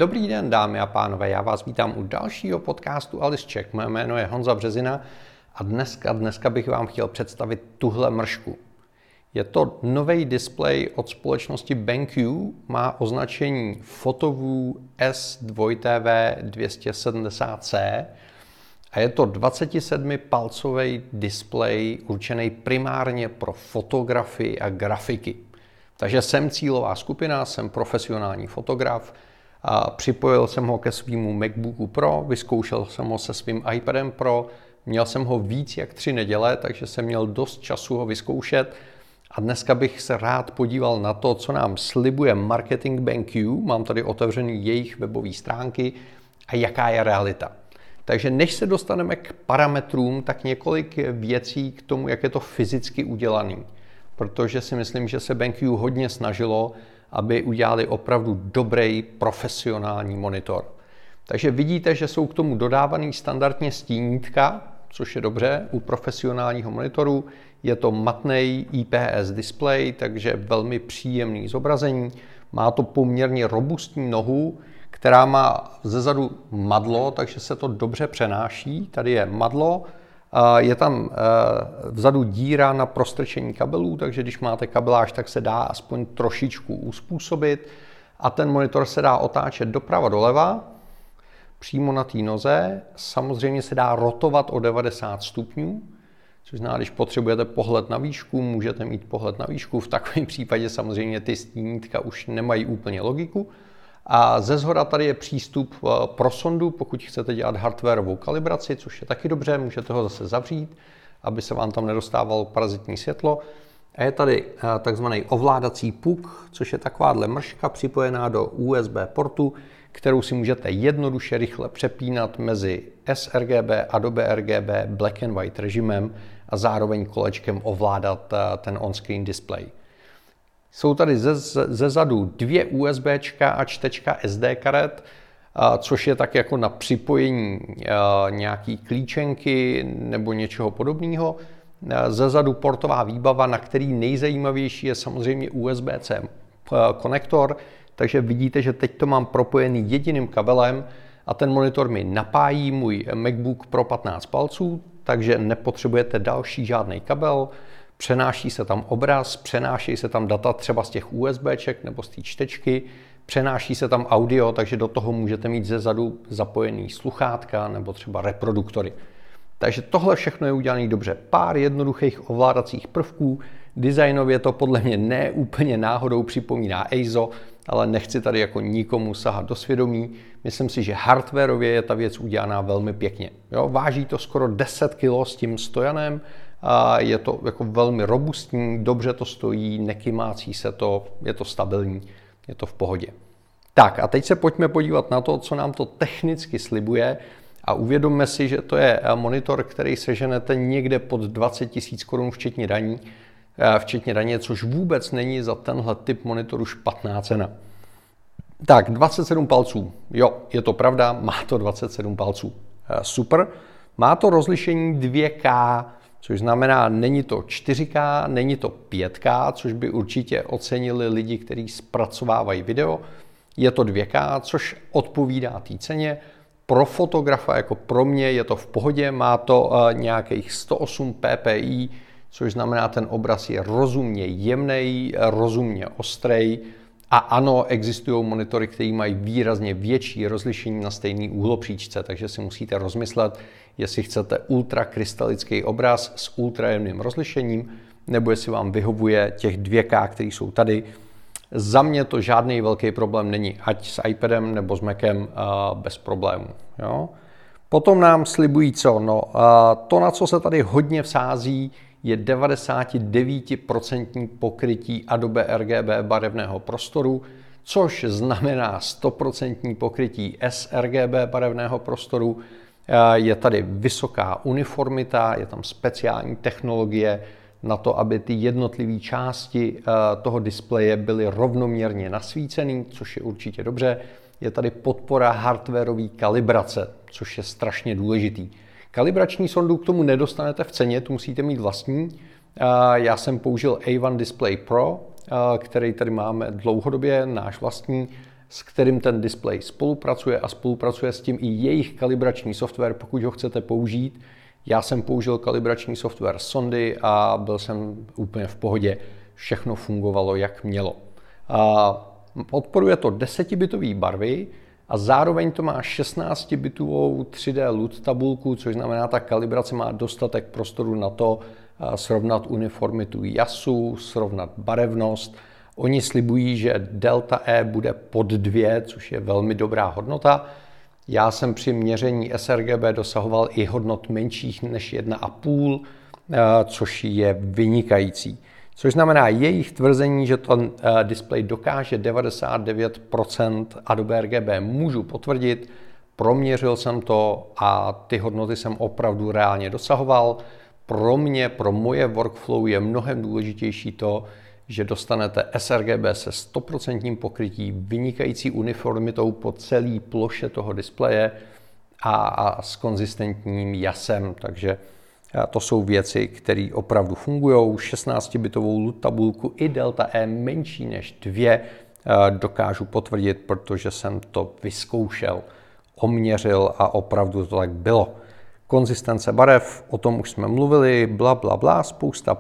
Dobrý den, dámy a pánové, já vás vítám u dalšího podcastu Alice Czech. Moje jméno je Honza Březina a dneska bych vám chtěl představit tuhle mršku. Je to nový displej od společnosti BenQ, má označení Photoview S2TV270C a je to 27-palcový displej určený primárně pro fotografii a grafiky. Takže jsem cílová skupina, jsem profesionální fotograf, a připojil jsem ho ke svému MacBooku Pro, vyzkoušel jsem ho se svým iPadem Pro, měl jsem ho víc jak 3 neděle, takže jsem měl dost času ho vyzkoušet a dneska bych se rád podíval na to, co nám slibuje marketing BenQ, mám tady otevřený jejich webové stránky a jaká je realita. Takže než se dostaneme k parametrům, tak několik věcí k tomu, jak je to fyzicky udělaný. Protože si myslím, že se BenQ hodně snažilo, aby udělali opravdu dobrý profesionální monitor. Takže vidíte, že jsou k tomu dodávaný standardně stínítka, což je dobře u profesionálního monitoru. Je to matný IPS displej, takže velmi příjemný zobrazení. Má to poměrně robustní nohu, která má zezadu madlo, takže se to dobře přenáší. Tady je madlo. Je tam vzadu díra na prostrčení kabelů, takže když máte kabeláž, tak se dá aspoň trošičku uspůsobit a ten monitor se dá otáčet doprava doleva, přímo na té noze. Samozřejmě se dá rotovat o 90 stupňů, což znamená, když potřebujete pohled na výšku, můžete mít pohled na výšku. V takovém případě samozřejmě ty stínítka už nemají úplně logiku. A ze shora tady je přístup pro sondu, pokud chcete dělat hardwarovou kalibraci, což je taky dobře, můžete ho zase zavřít, aby se vám tam nedostávalo parazitní světlo. A je tady takzvaný ovládací puk, což je takováhle mrška připojená do USB portu, kterou si můžete jednoduše rychle přepínat mezi sRGB, Adobe RGB, Black and White režimem a zároveň kolečkem ovládat ten on-screen display. Jsou tady ze zadu 2 USBčka a 4 SD karet, což je tak jako na připojení nějaký klíčenky nebo něčeho podobného. Ze zadu portová výbava, na který nejzajímavější je samozřejmě USB-C konektor, takže vidíte, že teď to mám propojený jediným kabelem a ten monitor mi napájí můj MacBook Pro 15 palců, takže nepotřebujete další žádný kabel. Přenáší se tam obraz, přenáší se tam data třeba z těch USBček nebo z té čtečky, přenáší se tam audio, takže do toho můžete mít zezadu zapojený sluchátka nebo třeba reproduktory. Takže tohle všechno je udělané dobře. Pár jednoduchých ovládacích prvků, designově to podle mě ne úplně náhodou připomíná EIZO, ale nechci tady jako nikomu sahat do svědomí. Myslím si, že hardwarově je ta věc udělaná velmi pěkně. Jo, váží to skoro 10 kg s tím stojanem, a je to jako velmi robustní, dobře to stojí, nekymácí se to, je to stabilní, je to v pohodě. Tak a teď se pojďme podívat na to, co nám to technicky slibuje a uvědomme si, že to je monitor, který seženete někde pod 20 000 korun včetně daně, což vůbec není za tenhle typ monitoru špatná cena. Tak 27 palců, jo, je to pravda, má to 27 palců, super. Má to rozlišení 2K, což znamená, není to 4K, není to 5K, což by určitě ocenili lidi, kteří zpracovávají video. Je to 2K, což odpovídá té ceně. Pro fotografa, jako pro mě, je to v pohodě. Má to nějakých 108 ppi, což znamená, ten obraz je rozumně jemný, rozumně ostrej. A ano, existují monitory, které mají výrazně větší rozlišení na stejný úhlopříčce, takže si musíte rozmyslet, jestli chcete ultrakrystalický obraz s ultrajemným rozlišením, nebo jestli vám vyhovuje těch 2K, které jsou tady. Za mě to žádný velký problém není, ať s iPadem nebo s Macem bez problémů. Jo? Potom nám slibují co? No, to, na co se tady hodně vsází, je 99% pokrytí Adobe RGB barevného prostoru, což znamená 100% pokrytí sRGB barevného prostoru. Je tady vysoká uniformita, je tam speciální technologie na to, aby ty jednotlivé části toho displeje byly rovnoměrně nasvícené, což je určitě dobře. Je tady podpora hardwareové kalibrace, což je strašně důležitý. Kalibrační sondu k tomu nedostanete v ceně, tu musíte mít vlastní. Já jsem použil A1 Display Pro, který tady máme dlouhodobě, náš vlastní. s kterým ten displej spolupracuje a spolupracuje s tím i jejich kalibrační software, pokud ho chcete použít. Já jsem použil kalibrační software sondy a byl jsem úplně v pohodě. Všechno fungovalo, jak mělo. Podporuje to 10-bitové barvy a zároveň to má 16-bitovou 3D LUT tabulku, což znamená, ta kalibrace má dostatek prostoru na to srovnat uniformitu jasu, srovnat barevnost. Oni slibují, že delta E bude pod 2, což je velmi dobrá hodnota. Já jsem při měření sRGB dosahoval i hodnot menších než 1,5, což je vynikající. Což znamená jejich tvrzení, že ten displej dokáže 99% Adobe RGB, můžu potvrdit. Proměřil jsem to a ty hodnoty jsem opravdu reálně dosahoval. Pro mě, pro moje workflow je mnohem důležitější to, že dostanete sRGB se 100% pokrytí, vynikající uniformitou po celé ploše toho displeje a s konzistentním jasem. Takže to jsou věci, které opravdu fungují. 16-bitovou LUT tabulku i delta E menší než 2 dokážu potvrdit, protože jsem to vyzkoušel, oměřil a opravdu to tak bylo. Konzistence barev, o tom už jsme mluvili, bla, bla, bla, spousta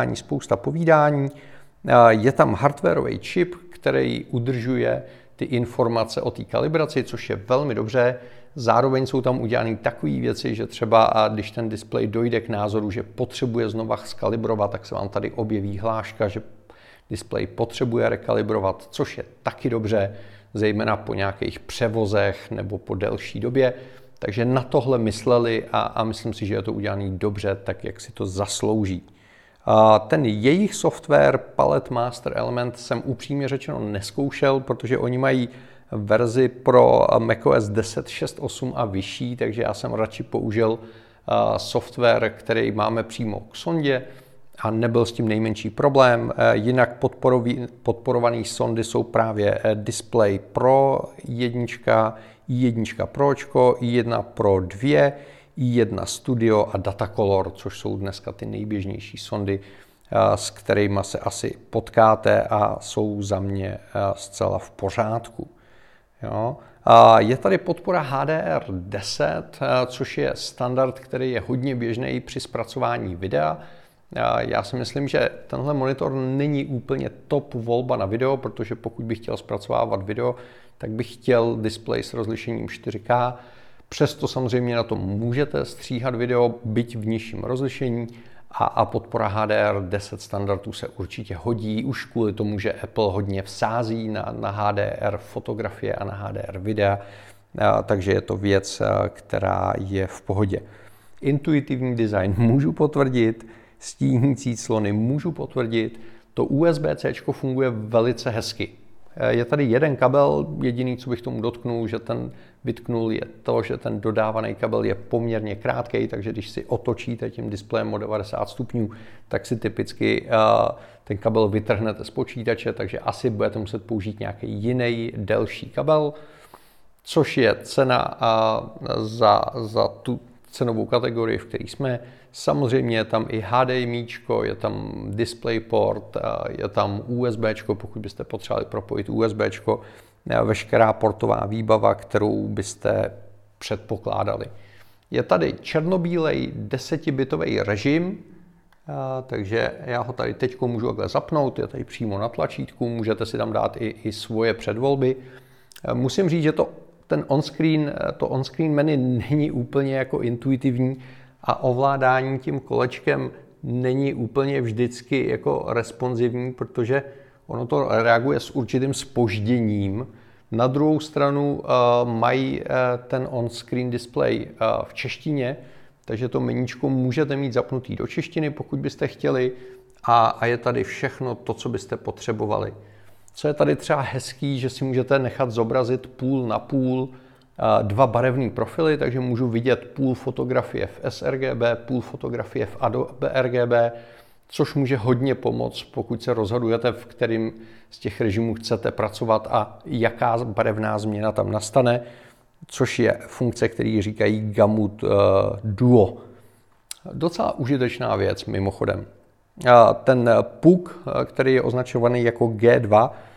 povídání. Je tam hardwareový čip, který udržuje ty informace o té kalibraci, což je velmi dobře. Zároveň jsou tam udělané takové věci, že třeba když ten displej dojde k názoru, že potřebuje znova skalibrovat, tak se vám tady objeví hláška, že displej potřebuje rekalibrovat, což je taky dobře, zejména po nějakých převozech nebo po delší době. Takže na tohle mysleli a myslím si, že je to udělané dobře, tak jak si to zaslouží. Ten jejich software Palette Master Element jsem upřímně řečeno neskoušel, protože oni mají verzi pro macOS 10.6.8 a vyšší, takže já jsem radši použil software, který máme přímo k sondě a nebyl s tím nejmenší problém. Jinak podporované sondy jsou právě Display Pro 1, i1 Pročko, i1 Pro 2, i1 Studio a Datacolor, což jsou dneska ty nejběžnější sondy, s kterými se asi potkáte a jsou za mě zcela v pořádku. Jo. Je tady podpora HDR10, což je standard, který je hodně běžný při zpracování videa. Já si myslím, že tenhle monitor není úplně top volba na video, protože pokud bych chtěl zpracovávat video, tak bych chtěl displej s rozlišením 4K. Přesto samozřejmě na tom můžete stříhat video, byť v nižším rozlišení a podpora HDR10 standardů se určitě hodí, už kvůli tomu, že Apple hodně vsází na HDR fotografie a na HDR videa, takže je to věc, která je v pohodě. Intuitivní design můžu potvrdit, stínící clony můžu potvrdit, to USB-C funguje velice hezky. Je tady jeden kabel, jediný, co bych tomu dotknul, že ten vytknul, je to, že ten dodávaný kabel je poměrně krátký, takže když si otočíte tím displejem o 90 stupňů, tak si typicky ten kabel vytrhnete z počítače, takže asi budete muset použít nějaký jiný delší kabel, což je cena za tu cenovou kategorii, v které jsme. Samozřejmě je tam i HDMI, je tam DisplayPort, je tam USB, pokud byste potřebovali propojit USB, veškerá portová výbava, kterou byste předpokládali. Je tady černobílej 10-bitový režim, takže já ho tady teď můžu takhle zapnout, je tady přímo na tlačítku, můžete si tam dát i svoje předvolby. Musím říct, že to on-screen menu není úplně jako intuitivní a ovládání tím kolečkem není úplně vždycky jako responsivní, protože ono to reaguje s určitým zpožděním. Na druhou stranu mají ten on-screen display v češtině, takže to meníčko můžete mít zapnutý do češtiny, pokud byste chtěli, a je tady všechno to, co byste potřebovali. Co je tady třeba hezký, že si můžete nechat zobrazit půl na půl dva barevné profily, takže můžu vidět půl fotografie v sRGB, půl fotografie v Adobe RGB, což může hodně pomoct, pokud se rozhodujete, v kterým z těch režimů chcete pracovat a jaká barevná změna tam nastane, což je funkce, který říkají Gamut Duo. Docela užitečná věc mimochodem. Ten PUK, který je označovaný jako G2,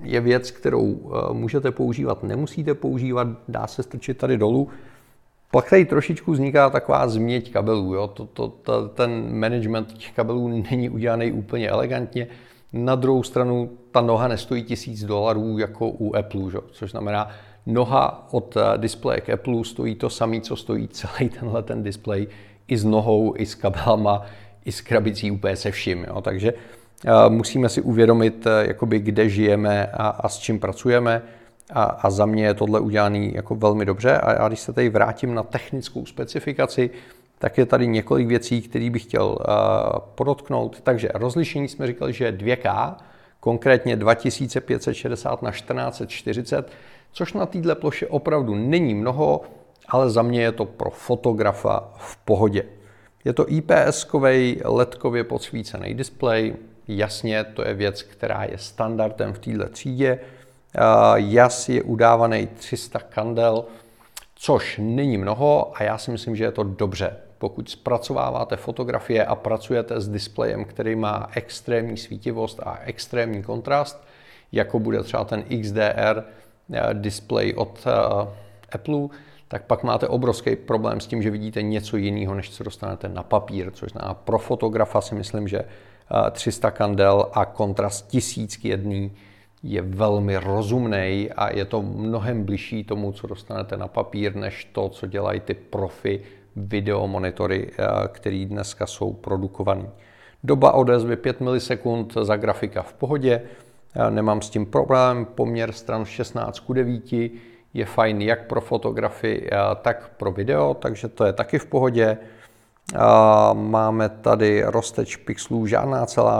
je věc, kterou můžete používat, nemusíte používat, dá se strčit tady dolů. Pak tady trošičku vzniká taková změť kabelů. Jo? Ten management těch kabelů není udělaný úplně elegantně. Na druhou stranu ta noha nestojí $1000 jako u Apple, že? Což znamená, noha od displeje k Apple stojí to samé, co stojí celý ten displej, i s nohou, i s kabelama, i s krabicí, úplně se vším. Jo? Takže musíme si uvědomit, jakoby, kde žijeme a s čím pracujeme. A za mě je tohle udělané jako velmi dobře. A když se tady vrátím na technickou specifikaci, tak je tady několik věcí, které bych chtěl podotknout. Takže rozlišení jsme říkali, že je 2K, konkrétně 2560 na 1440, což na této ploše opravdu není mnoho, ale za mě je to pro fotografa v pohodě. Je to IPS-kovej ledkově podsvícený displej. Jasně, to je věc, která je standardem v této třídě. Jas je udávaný 300 kandel, což není mnoho a já si myslím, že je to dobře. Pokud zpracováváte fotografie a pracujete s displejem, který má extrémní svítivost a extrémní kontrast, jako bude třeba ten XDR displej od Apple, tak pak máte obrovský problém s tím, že vidíte něco jiného, než co dostanete na papír, což znamená pro fotografa si myslím, že 300 kandel a kontrast 1000:1 je velmi rozumný a je to mnohem bližší tomu, co dostanete na papír, než to, co dělají ty profi videomonitory, které dneska jsou produkované. Doba odezvy 5 milisekund, za grafika v pohodě, nemám s tím problém, poměr stran 16:9 je fajn jak pro fotografii, tak pro video, takže to je taky v pohodě. Máme tady rozteč pixelů žádná celá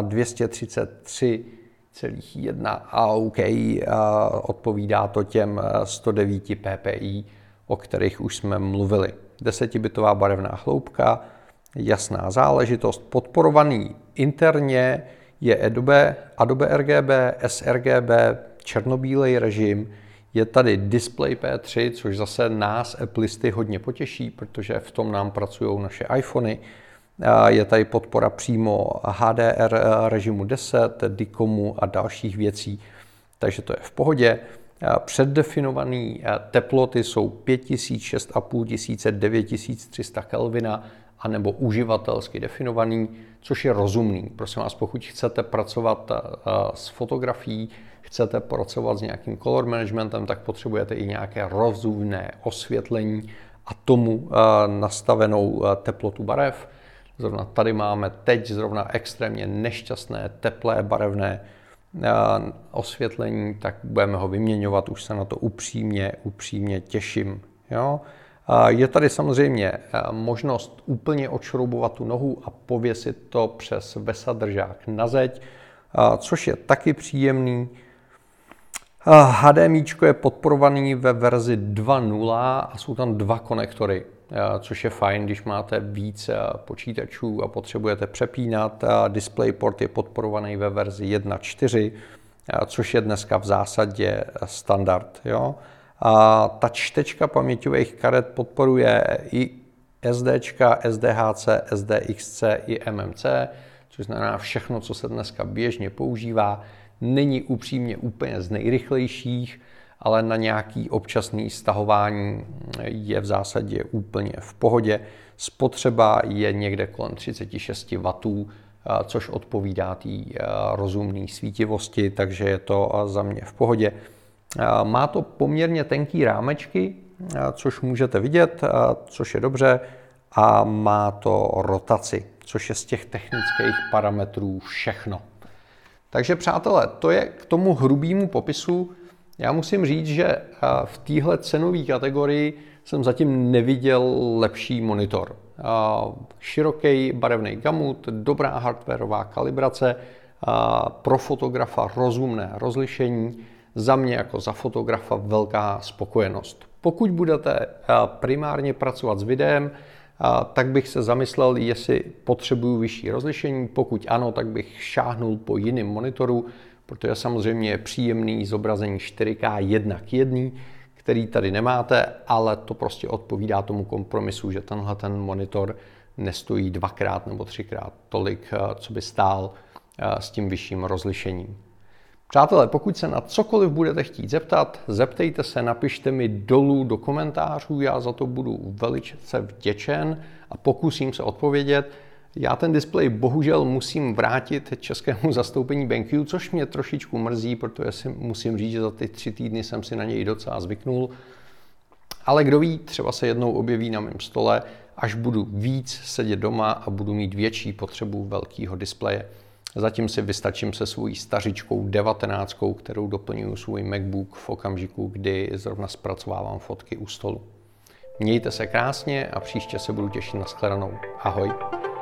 233,1 a OK, odpovídá to těm 109 ppi, o kterých už jsme mluvili. 10bitová barevná hloubka, jasná záležitost, podporovaný interně je Adobe RGB, sRGB, černobílej režim, je tady Display P3, což zase nás Appleisty hodně potěší, protože v tom nám pracují naše iPhony. Je tady podpora přímo HDR režimu 10, DICOMu a dalších věcí, takže to je v pohodě. Předdefinované teploty jsou 5000, 6500, 9300 Kelvina, anebo uživatelsky definovaný, což je rozumný. Prosím vás, pokud chcete pracovat s fotografií, chcete pracovat s nějakým color managementem, tak potřebujete i nějaké rozumné osvětlení a tomu nastavenou teplotu barev. Zrovna tady máme teď zrovna extrémně nešťastné, teplé, barevné osvětlení, tak budeme ho vyměňovat, už se na to upřímně těším. Jo? Je tady samozřejmě možnost úplně odšroubovat tu nohu a pověsit to přes vesadržák na zeď, což je taky příjemný. HDMIčko je podporovaný ve verzi 2.0 a jsou tam 2 konektory, což je fajn, když máte víc počítačů a potřebujete přepínat. DisplayPort je podporovaný ve verzi 1.4, což je dneska v zásadě standard. Jo? Ta čtečka paměťových karet podporuje i SDčka, SDHC, SDXC i MMC, což znamená všechno, co se dneska běžně používá. Není upřímně úplně z nejrychlejších, ale na nějaký občasný stahování je v zásadě úplně v pohodě. Spotřeba je někde kolem 36 W, což odpovídá té rozumné svítivosti, takže je to za mě v pohodě. Má to poměrně tenký rámečky, což můžete vidět, což je dobře, a má to rotaci, což je z těch technických parametrů všechno. Takže přátelé, to je k tomu hrubému popisu. Já musím říct, že v téhle cenové kategorii jsem zatím neviděl lepší monitor. Široký barevný gamut, dobrá hardwarová kalibrace, pro fotografa rozumné rozlišení, za mě jako za fotografa velká spokojenost. Pokud budete primárně pracovat s videem, tak bych se zamyslel, jestli potřebuju vyšší rozlišení. Pokud ano, tak bych šáhnul po jiném monitoru, protože samozřejmě je příjemný zobrazení 4K 1:1, který tady nemáte, ale to prostě odpovídá tomu kompromisu, že tenhle ten monitor nestojí 2x nebo 3x tolik, co by stál s tím vyšším rozlišením. Přátelé, pokud se na cokoliv budete chtít zeptat, zeptejte se, napište mi dolů do komentářů, já za to budu velice vděčen a pokusím se odpovědět. Já ten displej bohužel musím vrátit českému zastoupení BenQ, což mě trošičku mrzí, protože si musím říct, že za ty 3 týdny jsem si na něj docela zvyknul. Ale kdo ví, třeba se jednou objeví na mém stole, až budu víc sedět doma a budu mít větší potřebu velkého displeje. Zatím si vystačím se svojí stařičkou 19, kterou doplňuji svůj MacBook v okamžiku, kdy zrovna zpracovávám fotky u stolu. Mějte se krásně a příště se budu těšit na shledanou. Ahoj.